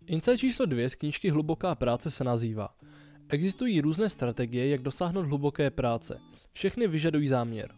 Insight číslo 2 z knížky Hluboká práce se nazývá: Existují různé strategie, jak dosáhnout hluboké práce. Všechny vyžadují záměr.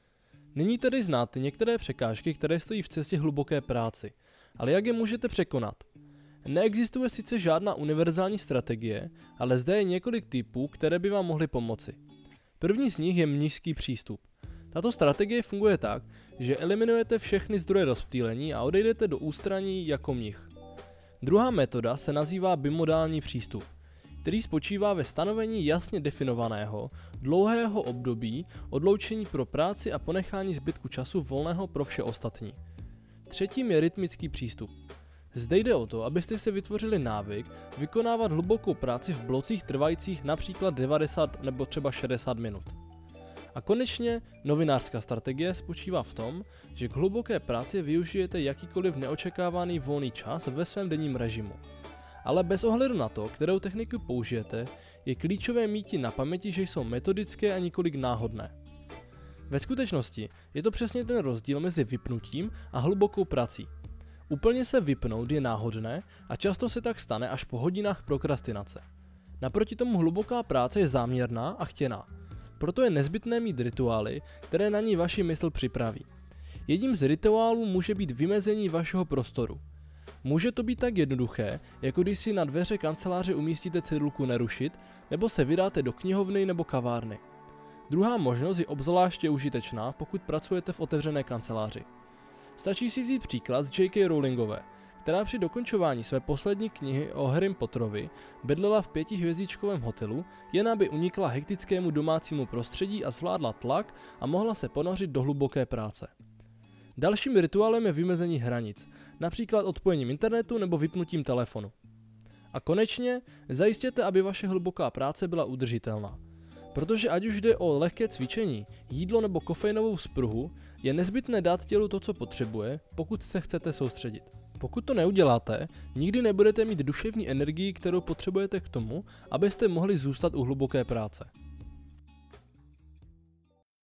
Nyní tedy znáte některé překážky, které stojí v cestě hluboké práci, ale jak je můžete překonat? Neexistuje sice žádná univerzální strategie, ale zde je několik typů, které by vám mohly pomoci. První z nich je mnišský přístup. Tato strategie funguje tak, že eliminujete všechny zdroje rozptýlení a odejdete do ústraní jako mnich. Druhá metoda se nazývá bimodální přístup, který spočívá ve stanovení jasně definovaného, dlouhého období odloučení pro práci a ponechání zbytku času volného pro vše ostatní. Třetím je rytmický přístup. Zde jde o to, abyste si vytvořili návyk vykonávat hlubokou práci v blocích trvajících například 90 nebo třeba 60 minut. A konečně novinářská strategie spočívá v tom, že k hluboké práci využijete jakýkoliv neočekávaný volný čas ve svém denním režimu. Ale bez ohledu na to, kterou techniku použijete, je klíčové míti na paměti, že jsou metodické a nikolik náhodné. Ve skutečnosti je to přesně ten rozdíl mezi vypnutím a hlubokou prací. Úplně se vypnout je náhodné a často se tak stane až po hodinách prokrastinace. Naproti tomu hluboká práce je záměrná a chtěná. Proto je nezbytné mít rituály, které na ní vaši mysl připraví. Jedním z rituálů může být vymezení vašeho prostoru. Může to být tak jednoduché, jako když si na dveře kanceláře umístíte cedulku nerušit, nebo se vydáte do knihovny nebo kavárny. Druhá možnost je obzvláště užitečná, pokud pracujete v otevřené kanceláři. Stačí si vzít příklad z J.K. Rowlingové, která při dokončování své poslední knihy o Harrym Potterovi bydlela v 5hvězdičkovém hotelu, jen aby unikla hektickému domácímu prostředí a zvládla tlak a mohla se ponořit do hluboké práce. Dalším rituálem je vymezení hranic, například odpojením internetu nebo vypnutím telefonu. A konečně zajistěte, aby vaše hluboká práce byla udržitelná. Protože ať už jde o lehké cvičení, jídlo nebo kofeinovou spruhu, je nezbytné dát tělu to, co potřebuje, pokud se chcete soustředit. Pokud to neuděláte, nikdy nebudete mít duševní energii, kterou potřebujete k tomu, abyste mohli zůstat u hluboké práce.